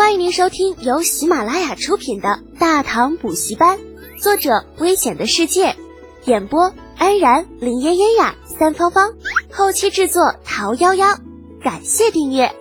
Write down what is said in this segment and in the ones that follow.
欢迎您收听由喜马拉雅出品的《大唐补习班》，作者危险的世界，演播安然、林嫣嫣呀、三芳芳，后期制作桃夭夭。感谢订阅。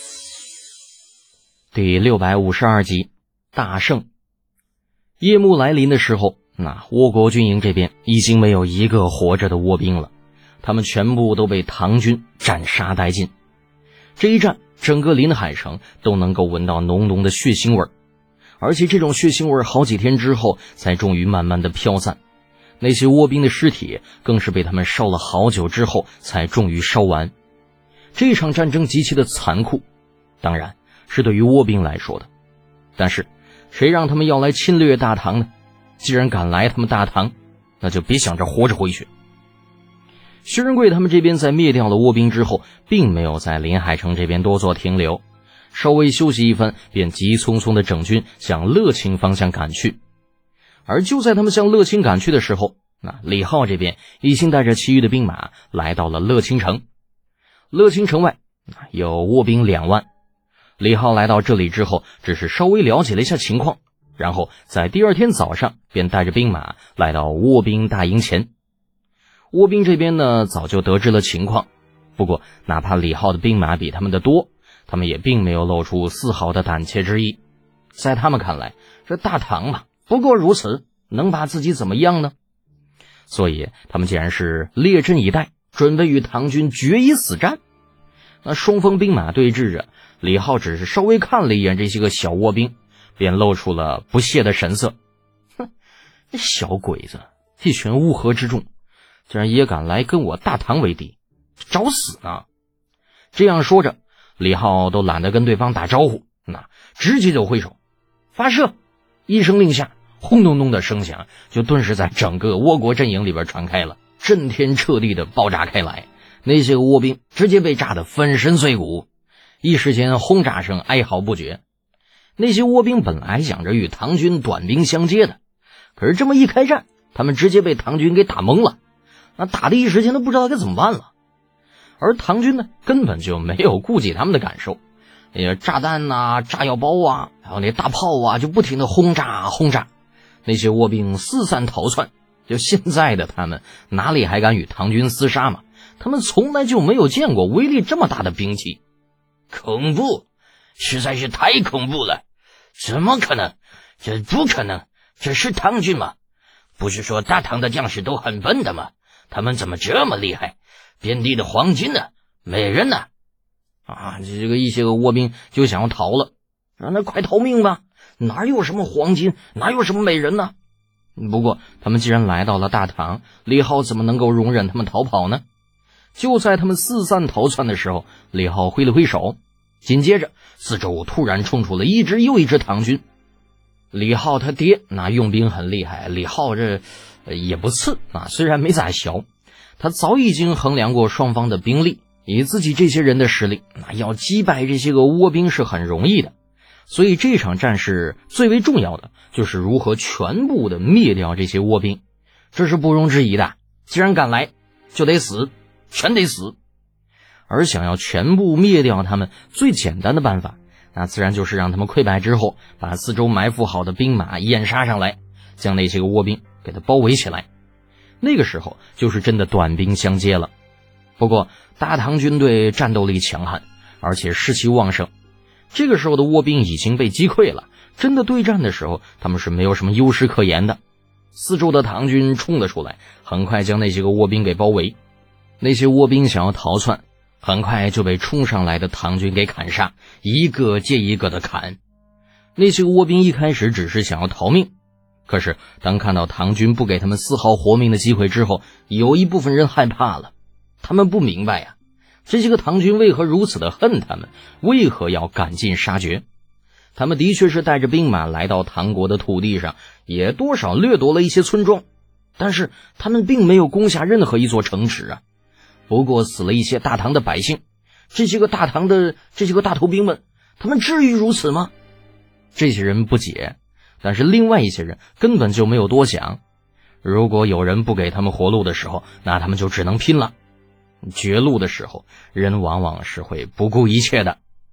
第652集大胜。夜幕来临的时候，倭国军营这边已经没有一个活着的倭兵了，他们全部都被唐军斩杀殆尽。这一战，整个临海城都能够闻到浓浓的血腥味，而且这种血腥味好几天之后才终于慢慢的飘散。那些倭兵的尸体更是被他们烧了好久之后才终于烧完。这场战争极其的残酷，当然是对于倭兵来说的，但是谁让他们要来侵略大唐呢？既然敢来他们大唐，那就别想着活着回去。薛仁贵他们这边在灭掉了倭兵之后，并没有在临海城这边多做停留，稍微休息一番，便急匆匆的整军向乐清方向赶去。而就在他们向乐清赶去的时候，李浩这边已经带着其余的兵马来到了乐清城。乐清城外有倭兵2万，李浩来到这里之后，只是稍微了解了一下情况，然后在第二天早上便带着兵马来到倭兵大营前。倭兵这边呢，早就得知了情况，不过哪怕李浩的兵马比他们的多，他们也并没有露出丝毫的胆怯之意。在他们看来，这大唐嘛，不过如此，能把自己怎么样呢？所以他们既然是列阵以待，准备与唐军决一死战。那双方兵马对峙着，李浩只是稍微看了一眼这些个小倭兵，便露出了不屑的神色。这小鬼子，一群乌合之众，竟然也敢来跟我大唐为敌，找死呢！这样说着，李浩都懒得跟对方打招呼，直接就挥手发射。一声令下，轰隆隆的声响就顿时在整个倭国阵营里边传开了，震天彻地的爆炸开来。那些倭兵直接被炸得粉身碎骨，一时间轰炸声哀嚎不绝。那些倭兵本来想着与唐军短兵相接的，可是这么一开战，他们直接被唐军给打懵了，打的一时间都不知道该怎么办了。而唐军呢，根本就没有顾及他们的感受，那些炸弹炸药包还有那大炮就不停的轰炸。那些倭兵四散逃窜，就现在的他们哪里还敢与唐军厮杀嘛？他们从来就没有见过威力这么大的兵器。 恐怖，实在是太恐怖了！怎么可能？这不可能！这是唐军吗？不是说大唐的将士都很笨的吗？他们怎么这么厉害？遍地的黄金呢？美人呢？ 这个一些个倭兵就想要逃了，那快逃命吧！哪有什么黄金，哪有什么美人呢？不过他们既然来到了大唐，李浩怎么能够容忍他们逃跑呢？就在他们四散逃窜的时候，李浩挥了挥手，紧接着四周突然冲出了一支又一支唐军。李浩他爹用兵很厉害，李浩这也不次虽然没咋小，他早已经衡量过双方的兵力，以自己这些人的实力，要击败这些个倭兵是很容易的。所以这场战事最为重要的就是如何全部的灭掉这些倭兵，这是不容置疑的。既然敢来，就得死，全得死。而想要全部灭掉他们，最简单的办法，那自然就是让他们溃败之后，把四周埋伏好的兵马掩杀上来，将那些个倭兵给他包围起来。那个时候就是真的短兵相接了。不过大唐军队战斗力强悍，而且士气旺盛，这个时候的倭兵已经被击溃了，真的对战的时候他们是没有什么优势可言的。四周的唐军冲了出来，很快将那些个倭兵给包围。那些倭兵想要逃窜，很快就被冲上来的唐军给砍杀，一个接一个的砍。那些个倭兵一开始只是想要逃命，可是当看到唐军不给他们丝毫活命的机会之后，有一部分人害怕了。他们不明白这些个唐军为何如此的恨他们，为何要赶尽杀绝。他们的确是带着兵马来到唐国的土地上，也多少掠夺了一些村庄，但是他们并没有攻下任何一座城池不过死了一些大唐的百姓，这些个大唐的这些个大头兵们，他们至于如此吗？这些人不解，但是另外一些人根本就没有多想。如果有人不给他们活路的时候，那他们就只能拼了。绝路的时候，人往往是会不顾一切的。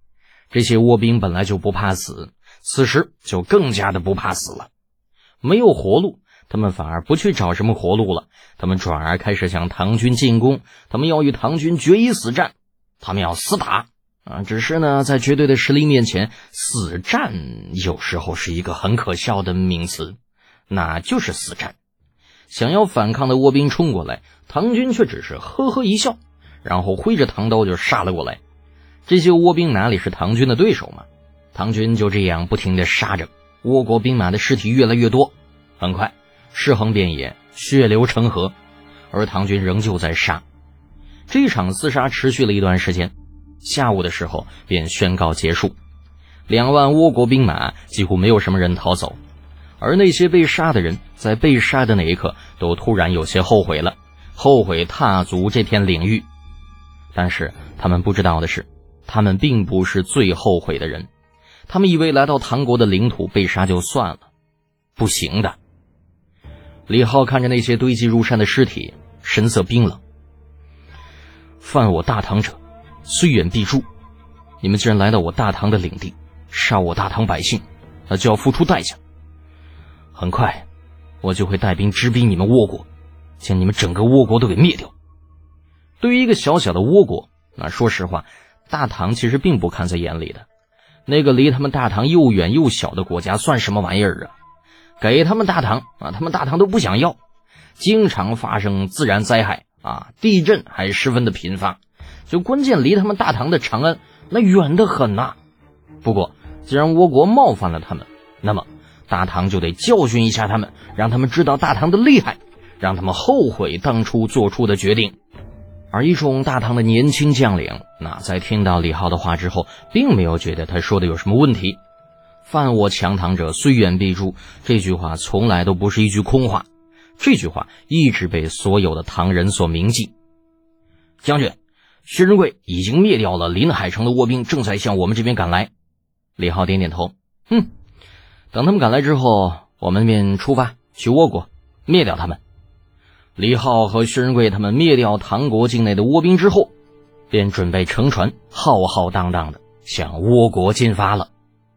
这些倭兵本来就不怕死，此时就更加的不怕死了。没有活路，他们反而不去找什么活路了，他们转而开始向唐军进攻，他们要与唐军决一死战，他们要死打只是呢，在绝对的实力面前，死战有时候是一个很可笑的名词，那就是死战。想要反抗的倭兵冲过来，唐军却只是呵呵一笑，然后挥着唐刀就杀了过来。这些倭兵哪里是唐军的对手嘛？唐军就这样不停地杀着，倭国兵马的尸体越来越多，很快尸横遍野，血流成河，而唐军仍旧在杀。这场厮杀持续了一段时间，下午的时候便宣告结束。2万倭国兵马几乎没有什么人逃走，而那些被杀的人在被杀的那一刻都突然有些后悔了，后悔踏足这片领域。但是他们不知道的是，他们并不是最后悔的人。他们以为来到唐国的领土被杀就算了，不行的。李浩看着那些堆积如山的尸体，神色冰冷。犯我大唐者，虽远必诛。你们既然来到我大唐的领地，杀我大唐百姓，那就要付出代价。很快我就会带兵直逼你们倭国，将你们整个倭国都给灭掉。对于一个小小的倭国，那说实话，大唐其实并不看在眼里的。那个离他们大唐又远又小的国家算什么玩意儿啊？给他们大唐他们大唐都不想要。经常发生自然灾害地震还十分的频发，就关键离他们大唐的长安那远得很呐。不过既然倭国冒犯了他们，那么大唐就得教训一下他们，让他们知道大唐的厉害，让他们后悔当初做出的决定。而一众大唐的年轻将领，在听到李浩的话之后，并没有觉得他说的有什么问题。犯我强唐者，虽远必诛，这句话从来都不是一句空话，这句话一直被所有的唐人所铭记。将军，薛仁贵已经灭掉了临海城的倭兵，正在向我们这边赶来。李浩点点头，等他们赶来之后，我们便出发去倭国灭掉他们。李浩和薛仁贵他们灭掉唐国境内的倭兵之后，便准备乘船浩浩荡荡的向倭国进发了。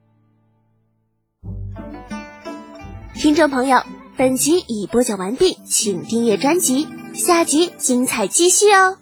听众朋友，本集已播讲完毕，请订阅专辑，下集精彩继续哦。